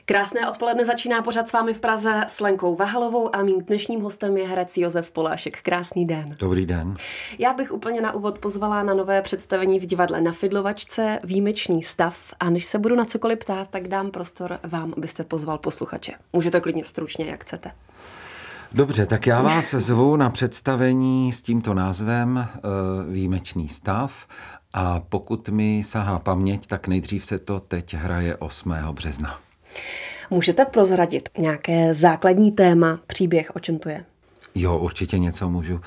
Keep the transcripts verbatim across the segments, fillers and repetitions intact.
Krásné odpoledne začíná pořad s vámi v Praze s Lenkou Vahalovou a mým dnešním hostem je herec Josef Polášek. Krásný den. Dobrý den. Já bych úplně na úvod pozvala na nové představení v divadle Na Fidlovačce Výjimečný stav a než se budu na cokoliv ptát, tak dám prostor vám, abyste pozval posluchače. Můžete klidně stručně, jak chcete. Dobře, tak já vás zvu na představení s tímto názvem Výjimečný stav a pokud mi sahá paměť, tak nejdřív se to teď hraje osmého března. Můžete prozradit nějaké základní téma, příběh, o čem to je? Jo, určitě něco můžu.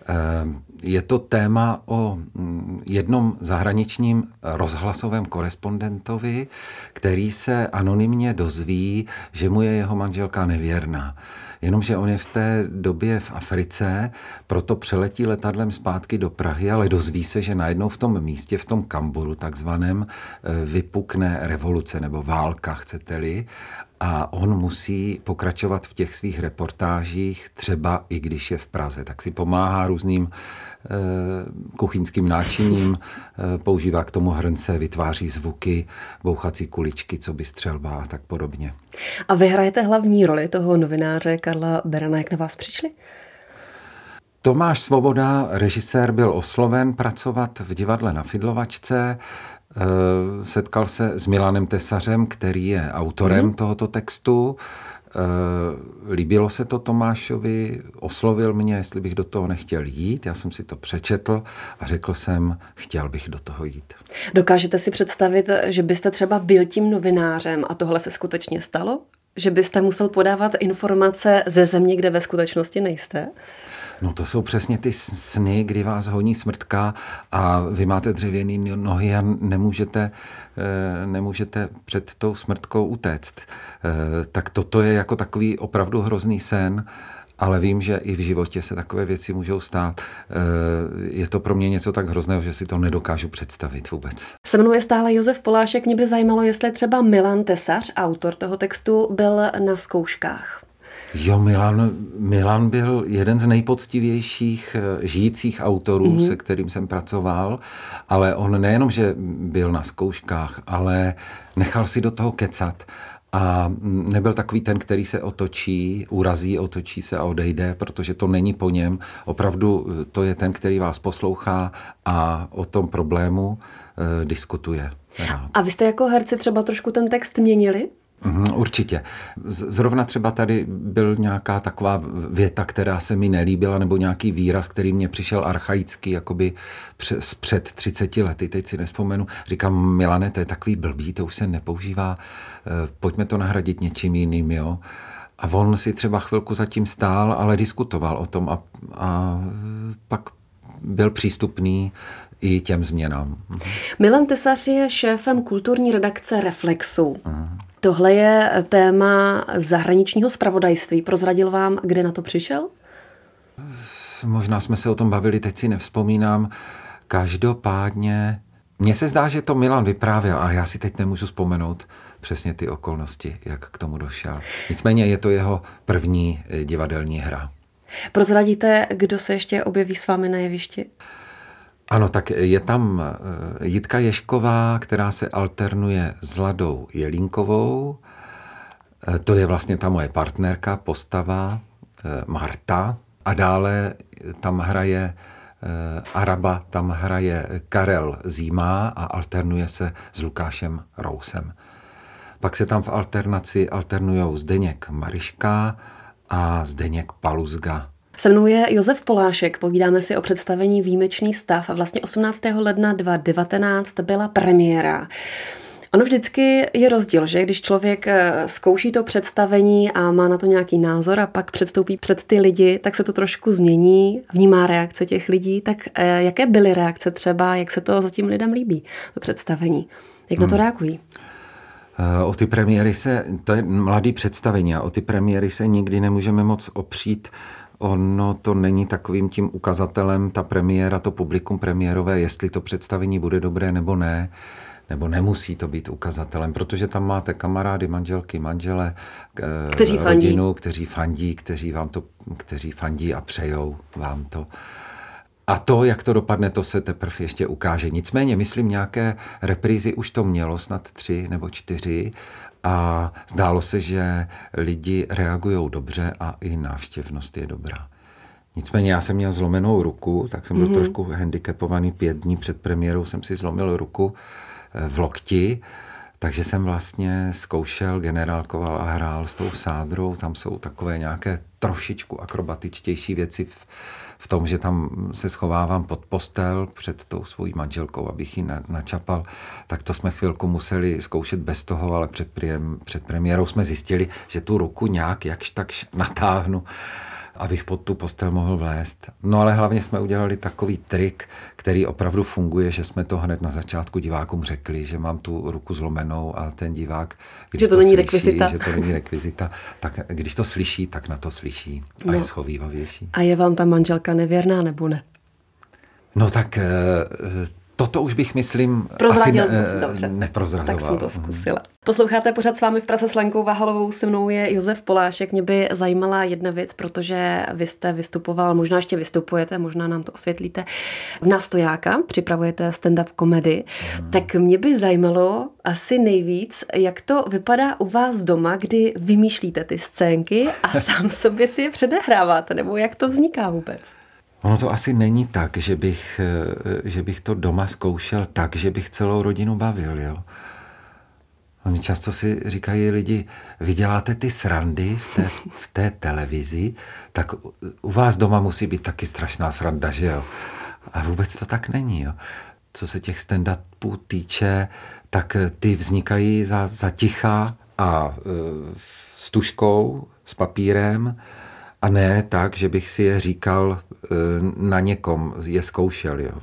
Je to téma o jednom zahraničním rozhlasovém korespondentovi, který se anonymně dozví, že mu je jeho manželka nevěrná. Jenomže on je v té době v Africe, proto přeletí letadlem zpátky do Prahy, ale dozví se, že najednou v tom místě, v tom Kamburu takzvaném, vypukne revoluce nebo válka, chcete-li. A on musí pokračovat v těch svých reportážích, třeba i když je v Praze. Tak si pomáhá různým e, kuchyňským náčiním, e, používá k tomu hrnce, vytváří zvuky, bouchací kuličky, co by střelba a tak podobně. A vy hrajete hlavní roli toho novináře Karla Berana. Jak na vás přišli? Tomáš Svoboda, režisér, byl osloven pracovat v divadle Na Fidlovačce. Setkal se s Milanem Tesařem, který je autorem mm. tohoto textu. Líbilo se to Tomášovi, oslovil mě, jestli bych do toho nechtěl jít. Já jsem si to přečetl a řekl jsem, chtěl bych do toho jít. Dokážete si představit, že byste třeba byl tím novinářem a tohle se skutečně stalo? Že byste musel podávat informace ze země, kde ve skutečnosti nejste? No to jsou přesně ty sny, kdy vás honí smrtka a vy máte dřevěný nohy a nemůžete, nemůžete před tou smrtkou utéct. Tak toto je jako takový opravdu hrozný sen, ale vím, že i v životě se takové věci můžou stát. Je to pro mě něco tak hrozného, že si to nedokážu představit vůbec. Se mnou je stále Josef Polášek. Mě by zajímalo, jestli třeba Milan Tesař, autor toho textu, byl na zkouškách. Jo, Milan, Milan byl jeden z nejpoctivějších žijících autorů, mm-hmm. se kterým jsem pracoval, ale on nejenom, že byl na zkouškách, ale nechal si do toho kecat a nebyl takový ten, který se otočí, urazí, otočí se a odejde, protože to není po něm. Opravdu to je ten, který vás poslouchá a o tom problému e, diskutuje. Rád. A vy jste jako herci třeba trošku ten text měnili? Určitě. Zrovna třeba tady byl nějaká taková věta, která se mi nelíbila, nebo nějaký výraz, který mně přišel archaický, jakoby před třiceti lety, teď si nespomenu. Říkám, Milane, to je takový blbý, to už se nepoužívá, pojďme to nahradit něčím jiným, jo. A on si třeba chvilku zatím stál, ale diskutoval o tom a, a pak byl přístupný i těm změnám. Milan Tesař je šéfem kulturní redakce Reflexu. Aha. Tohle je téma zahraničního zpravodajství. Prozradil vám, kde na to přišel? Možná jsme se o tom bavili, teď si nevzpomínám. Každopádně, mně se zdá, že to Milan vyprávěl, ale já si teď nemůžu vzpomenout přesně ty okolnosti, jak k tomu došel. Nicméně je to jeho první divadelní hra. Prozradíte, kdo se ještě objeví s vámi na jevišti? Ano, tak je tam Jitka Ježková, která se alternuje s Ladou Jelínkovou. To je vlastně ta moje partnerka, postava Marta. A dále tam hraje Araba, tam hraje Karel Zímá a alternuje se s Lukášem Rousem. Pak se tam v alternaci alternujou Zdeněk Mariška a Zdeněk Paluzga. Se mnou je Josef Polášek, povídáme si o představení Výjimečný stav. Vlastně osmnáctého ledna dva tisíce devatenáct byla premiéra. Ono vždycky je rozdíl, že když člověk zkouší to představení a má na to nějaký názor a pak předstoupí před ty lidi, tak se to trošku změní, vnímá reakce těch lidí. Tak jaké byly reakce třeba, jak se to zatím lidem líbí, to představení? Jak na to reagují? O ty premiéry se, to je mladý představení a o ty premiéry se nikdy nemůžeme moc opřít. Ono to není takovým tím ukazatelem, ta premiéra, to publikum premiérové, jestli to představení bude dobré nebo ne, nebo nemusí to být ukazatelem, protože tam máte kamarády, manželky, manžele, kteří rodinu, fandí. kteří fandí, kteří vám to, kteří fandí a přejou vám to. A to, jak to dopadne, to se teprve ještě ukáže. Nicméně, myslím, nějaké reprízy už to mělo, snad tři nebo čtyři, a zdálo se, že lidi reagují dobře a i návštěvnost je dobrá. Nicméně já jsem měl zlomenou ruku, tak jsem byl mm-hmm. trošku handicapovaný. Pět dní před premiérou jsem si zlomil ruku v lokti, takže jsem vlastně zkoušel, generálkoval a hrál s tou sádrou. Tam jsou takové nějaké trošičku akrobatičtější věci v, v tom, že tam se schovávám pod postel před tou svojí manželkou, abych ji na, načapal. Tak to jsme chvilku museli zkoušet bez toho, ale před, priem, před premiérou jsme zjistili, že tu ruku nějak jakž takž natáhnu, abych pod tu postel mohl vlézt. No ale hlavně jsme udělali takový trik, který opravdu funguje, že jsme to hned na začátku divákům řekli, že mám tu ruku zlomenou a ten divák, když že to, to není slyší, rekvizita. že to není rekvizita, tak když to slyší, tak na to slyší a no. je schovývavější. A je vám ta manželka nevěrná nebo ne? No tak toto už bych, myslím, Prozradil, asi ne, dobře. neprozrazoval. Tak jsem to zkusila. Posloucháte pořád s vámi v Praze s Lenkou Vahalovou, se mnou je Josef Polášek. Mě by zajímala jedna věc, protože vy jste vystupoval, možná ještě vystupujete, možná nám to osvětlíte, na Stojáka, připravujete stand-up komedy. Hmm. Tak mě by zajímalo asi nejvíc, jak to vypadá u vás doma, kdy vymýšlíte ty scénky a sám sobě si je předehráváte, nebo jak to vzniká vůbec? Ono to asi není tak, že bych, že bych to doma zkoušel tak, že bych celou rodinu bavil, jo. Oni často si říkají lidi, vy děláte ty srandy v té, v té televizi, tak u vás doma musí být taky strašná sranda, že jo. A vůbec to tak není, jo. Co se těch stand-upů týče, tak ty vznikají za, za ticha a e, s tužkou, s papírem, a ne tak, že bych si je říkal na někom, je zkoušel, jo.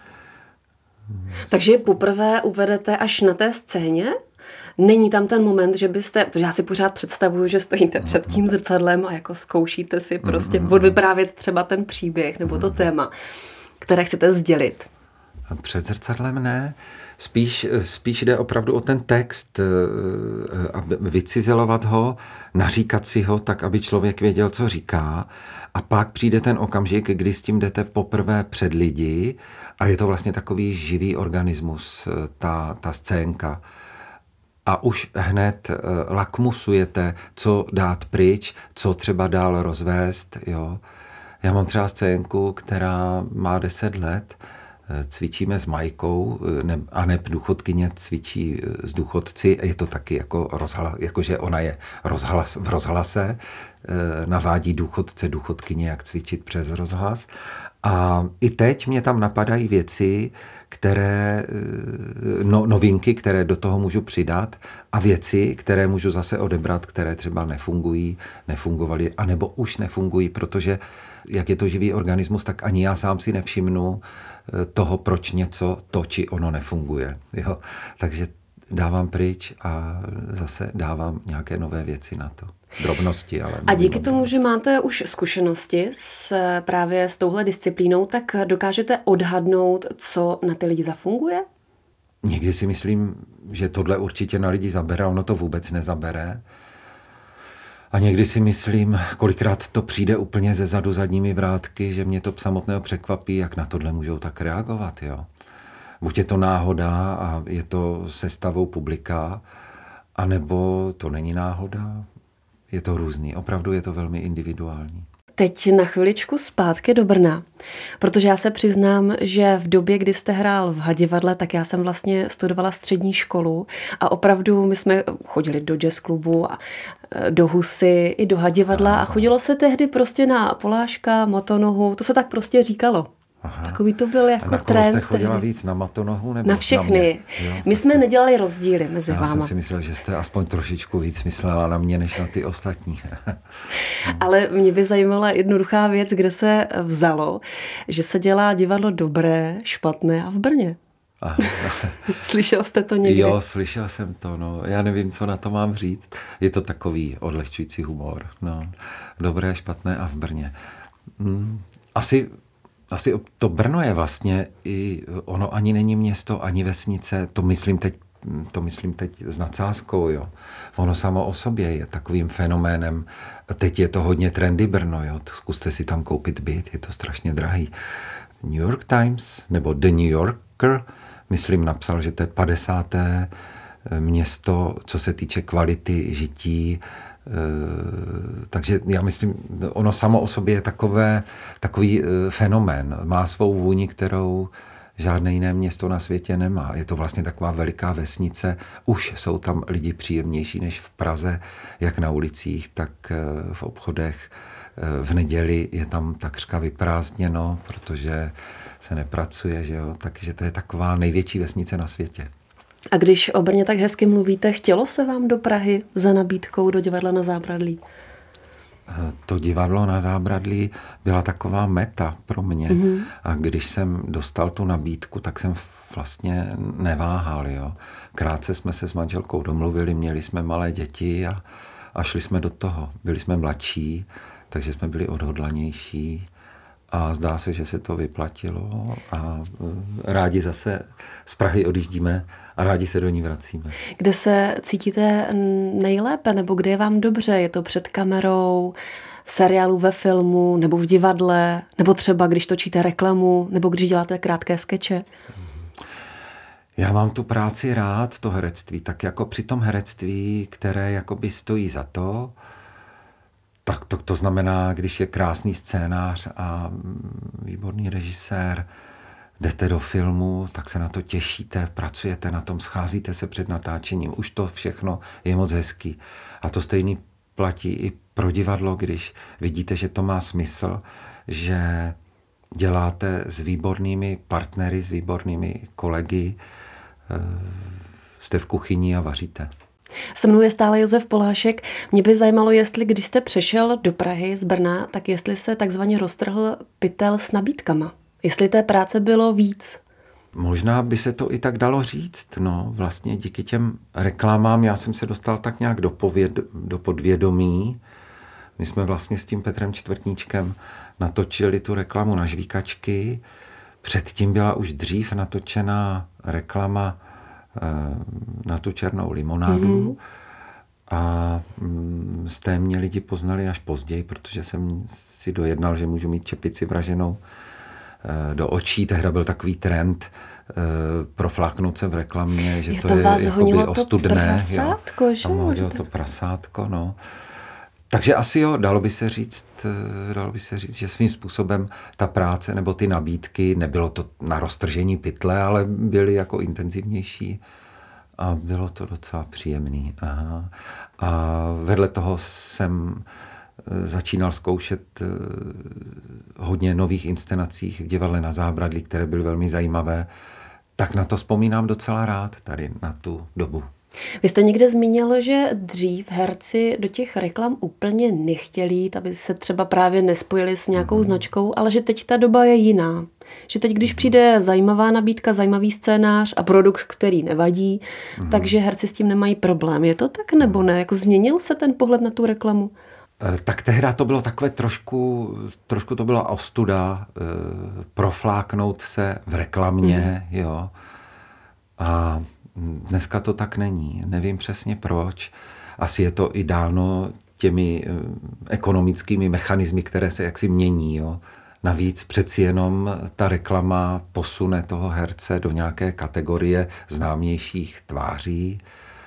Takže poprvé uvedete až na té scéně? Není tam ten moment, že byste, já si pořád představuju, že stojíte před tím zrcadlem a jako zkoušíte si prostě odvyprávět třeba ten příběh nebo to téma, které chcete sdělit. Před zrcadlem ne. Spíš, spíš jde opravdu o ten text, aby vycizelovat ho, naříkat si ho tak, aby člověk věděl, co říká. A pak přijde ten okamžik, kdy s tím jdete poprvé před lidi a je to vlastně takový živý organismus, ta, ta scénka. A už hned lakmusujete, co dát pryč, co třeba dál rozvést. Jo. Já mám třeba scénku, která má deset let, cvičíme s Majkou, ne, a ne důchodkyně cvičí s důchodci, je to taky jako rozhlas, jakože ona je rozhlas, v rozhlase, navádí důchodce, důchodkyně, jak cvičit přes rozhlas. A i teď mě tam napadají věci, které, no, novinky, které do toho můžu přidat a věci, které můžu zase odebrat, které třeba nefungují, nefungovaly, anebo už nefungují, protože jak je to živý organismus, tak ani já sám si nevšimnu toho, proč něco, to či ono nefunguje. Jo? Takže dávám pryč a zase dávám nějaké nové věci na to. Drobnosti, ale... A díky tomu, že máte už zkušenosti s, právě s touhle disciplínou, tak dokážete odhadnout, co na ty lidi zafunguje? Někdy si myslím, že tohle určitě na lidi zabere, ono to vůbec nezabere. A někdy si myslím, kolikrát to přijde úplně ze zadu zadními vrátky, že mě to samotného překvapí, jak na tohle můžou tak reagovat, jo. Buď je to náhoda a je to sestavou publika, anebo to není náhoda. Je to různý, opravdu je to velmi individuální. Teď na chviličku zpátky do Brna, protože já se přiznám, že v době, kdy jste hrál v Hadivadle, tak já jsem vlastně studovala střední školu a opravdu my jsme chodili do jazz klubu a do Husy i do Hadivadla a chodilo se tehdy prostě na Poláška, Matonohu, to se tak prostě říkalo. Aha. Takový to byl jako a trend. A jste chodila víc na Matonohu nebo na všechny. Na jo, My jsme to... nedělali rozdíly mezi já váma. Já jsem si myslel, že jste aspoň trošičku víc myslela na mě, než na ty ostatní. Ale mě by zajímala jednoduchá věc, kde se vzalo, že se dělá divadlo dobré, špatné a v Brně. Aha. Slyšel jste to někdy? Jo, slyšel jsem to, no. Já nevím, co na to mám říct. Je to takový odlehčující humor. No. Dobré, špatné a v Brně. Hmm. Asi... Asi to Brno je vlastně, i ono ani není město, ani vesnice, to myslím teď, to myslím teď s nadsázkou, jo. Ono samo o sobě je takovým fenoménem. Teď je to hodně trendy Brno, jo. Zkuste si tam koupit byt, je to strašně drahý. New York Times, nebo The New Yorker, myslím, napsal, že to je padesáté město, co se týče kvality žití. Takže já myslím, ono samo o sobě je takové, takový fenomén. Má svou vůni, kterou žádné jiné město na světě nemá. Je to vlastně taková veliká vesnice. Už jsou tam lidi příjemnější než v Praze, jak na ulicích, tak v obchodech. V neděli je tam takřka vyprázdněno, protože se nepracuje, že jo? Takže to je taková největší vesnice na světě. A když o Brně tak hezky mluvíte, chtělo se vám do Prahy za nabídkou do divadla Na zábradlí? To divadlo Na zábradlí byla taková meta pro mě. Mm-hmm. A když jsem dostal tu nabídku, tak jsem vlastně neváhal. Jo? Krátce jsme se s manželkou domluvili, měli jsme malé děti a, a šli jsme do toho. Byli jsme mladší, takže jsme byli odhodlanější a zdá se, že se to vyplatilo a rádi zase z Prahy odjíždíme a rádi se do ní vracíme. Kde se cítíte nejlépe, nebo kde je vám dobře? Je to před kamerou, v seriálu, ve filmu, nebo v divadle, nebo třeba když točíte reklamu, nebo když děláte krátké skeče? Já mám tu práci rád, to herectví, tak jako při tom herectví, které jakoby stojí za to, tak to, to znamená, když je krásný scénář a výborný režisér, jdete do filmu, tak se na to těšíte, pracujete na tom, scházíte se před natáčením. Už to všechno je moc hezký. A to stejný platí i pro divadlo, když vidíte, že to má smysl, že děláte s výbornými partnery, s výbornými kolegy, jste v kuchyni a vaříte. Se mnou je stále Josef Polášek. Mě by zajímalo, jestli když jste přešel do Prahy z Brna, tak jestli se takzvaně roztrhl pytel s nabídkama. Jestli té práce bylo víc. Možná by se to i tak dalo říct. No, vlastně díky těm reklamám já jsem se dostal tak nějak do, pověd, do podvědomí. My jsme vlastně s tím Petrem Čtvrtníčkem natočili tu reklamu na žvíkačky. Předtím byla už dřív natočená reklama na tu černou limonádu. Mm-hmm. A z té mě lidi poznali až později, protože jsem si dojednal, že můžu mít čepici vraženou do očí. Tehdy byl takový trend profláknout se v reklamě, že je to, to je jakoby ostudné. Prasátko, jo. že? A hodilo to prasátko, no. Takže asi jo, dalo by se říct, dalo by se říct, že svým způsobem ta práce nebo ty nabídky, nebylo to na roztržení pytle, ale byly jako intenzivnější a bylo to docela příjemný. Aha. A vedle toho jsem začínal zkoušet hodně nových inscenací v divadle Na zábradlí, které byly velmi zajímavé, tak na to vzpomínám docela rád tady na tu dobu. Vy jste někde zmínil, že dřív herci do těch reklam úplně nechtěli jít, aby se třeba právě nespojili s nějakou mm. značkou, ale že teď ta doba je jiná. Že teď, když přijde zajímavá nabídka, zajímavý scénář a produkt, který nevadí, mm. takže herci s tím nemají problém. Je to tak nebo ne? Jako změnil se ten pohled na tu reklamu? Tak tehdy to bylo takové trošku, trošku to byla ostuda, profláknout se v reklamě, mm. jo. A dneska to tak není. Nevím přesně proč. Asi je to i dáno těmi ekonomickými mechanismy, které se jaksi mění. Jo. Navíc přeci jenom ta reklama posune toho herce do nějaké kategorie známějších tváří.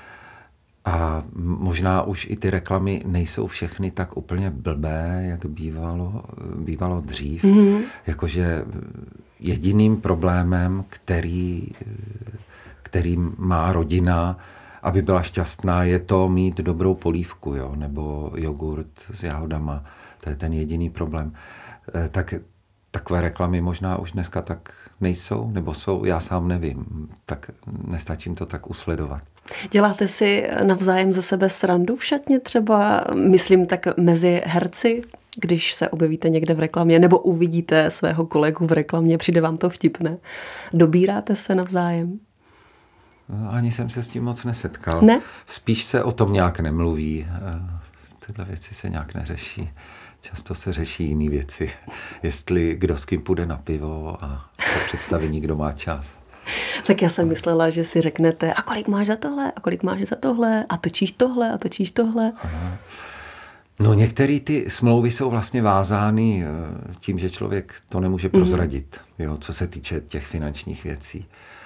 A možná už i ty reklamy nejsou všechny tak úplně blbé, jak bývalo, bývalo dřív. Mm-hmm. Jakože jediným problémem, který... kterým má rodina, aby byla šťastná, je to mít dobrou polívku, jo, nebo jogurt s jahodama. To je ten jediný problém. E, tak takové reklamy možná už dneska tak nejsou, nebo jsou, já sám nevím. Tak nestačím to tak usledovat. Děláte si navzájem ze sebe srandu v šatně třeba, myslím tak mezi herci, když se objevíte někde v reklamě, nebo uvidíte svého kolegu v reklamě, přijde vám to vtipné. Dobíráte se navzájem? Ani jsem se s tím moc nesetkal. Ne? Spíš se o tom nějak nemluví. Tyhle věci se nějak neřeší. Často se řeší jiné věci. Jestli kdo s kým půjde na pivo a to představení, kdo má čas. Tak já jsem myslela, že si řeknete, a kolik máš za tohle, a kolik máš za tohle, a točíš tohle, a točíš tohle. Aha. No některé ty smlouvy jsou vlastně vázány tím, že člověk to nemůže prozradit, mm. jo, co se týče těch finančních věcí.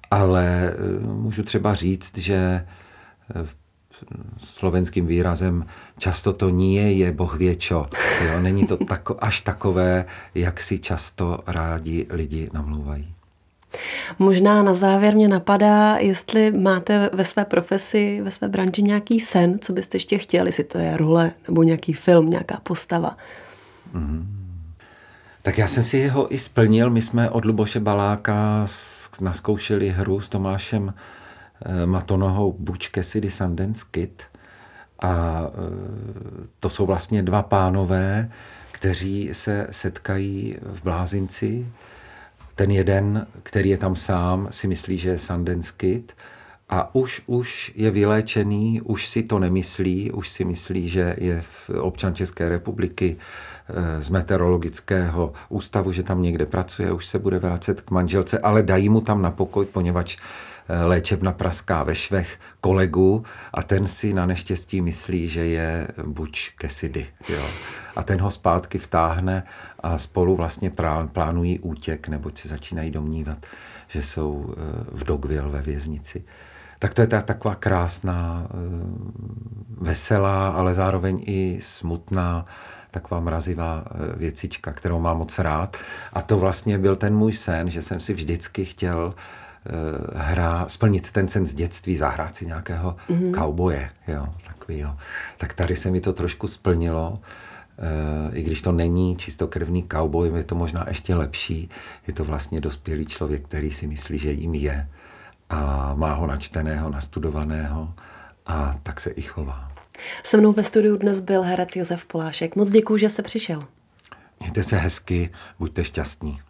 Ale můžu třeba říct, že slovenským výrazem často to nie je boh vie čo. Jo? Není to tako, až takové, jak si často rádi lidi namlouvají. Možná na závěr mě napadá, jestli máte ve své profesi, ve své branži nějaký sen, co byste ještě chtěli, jestli to je role nebo nějaký film, nějaká postava. Mm-hmm. Tak já jsem si jeho i splnil. My jsme od Luboše Baláka naskoušeli hru s Tomášem Matonohou Butch Cassidy Sundance Kid. A to jsou vlastně dva pánové, kteří se setkají v Blázinci. Ten jeden, který je tam sám, si myslí, že je Sundance Kid a už, už je vyléčený, už si to nemyslí, už si myslí, že je v občan České republiky z meteorologického ústavu, že tam někde pracuje, už se bude vracet k manželce, ale dají mu tam na pokoj, poněvadž léčebna praská ve švech kolegu a ten si na neštěstí myslí, že je Butch Cassidy. Jo. A ten ho zpátky vtáhne a spolu vlastně plánují útěk, neboť se začínají domnívat, že jsou v Dogville ve věznici. Tak to je ta taková krásná, veselá, ale zároveň i smutná, taková mrazivá věcička, kterou mám moc rád. A to vlastně byl ten můj sen, že jsem si vždycky chtěl hra, splnit ten sen z dětství, zahrát si nějakého mm-hmm. kauboje, jo, takovýho. Tak tady se mi to trošku splnilo, e, i když to není čistokrevný kauboj, je to možná ještě lepší, je to vlastně dospělý člověk, který si myslí, že jim je a má ho načteného, nastudovaného a tak se i chová. Se mnou ve studiu dnes byl herec Josef Polášek. Moc děkuju, že jste přišel. Mějte se hezky, buďte šťastní.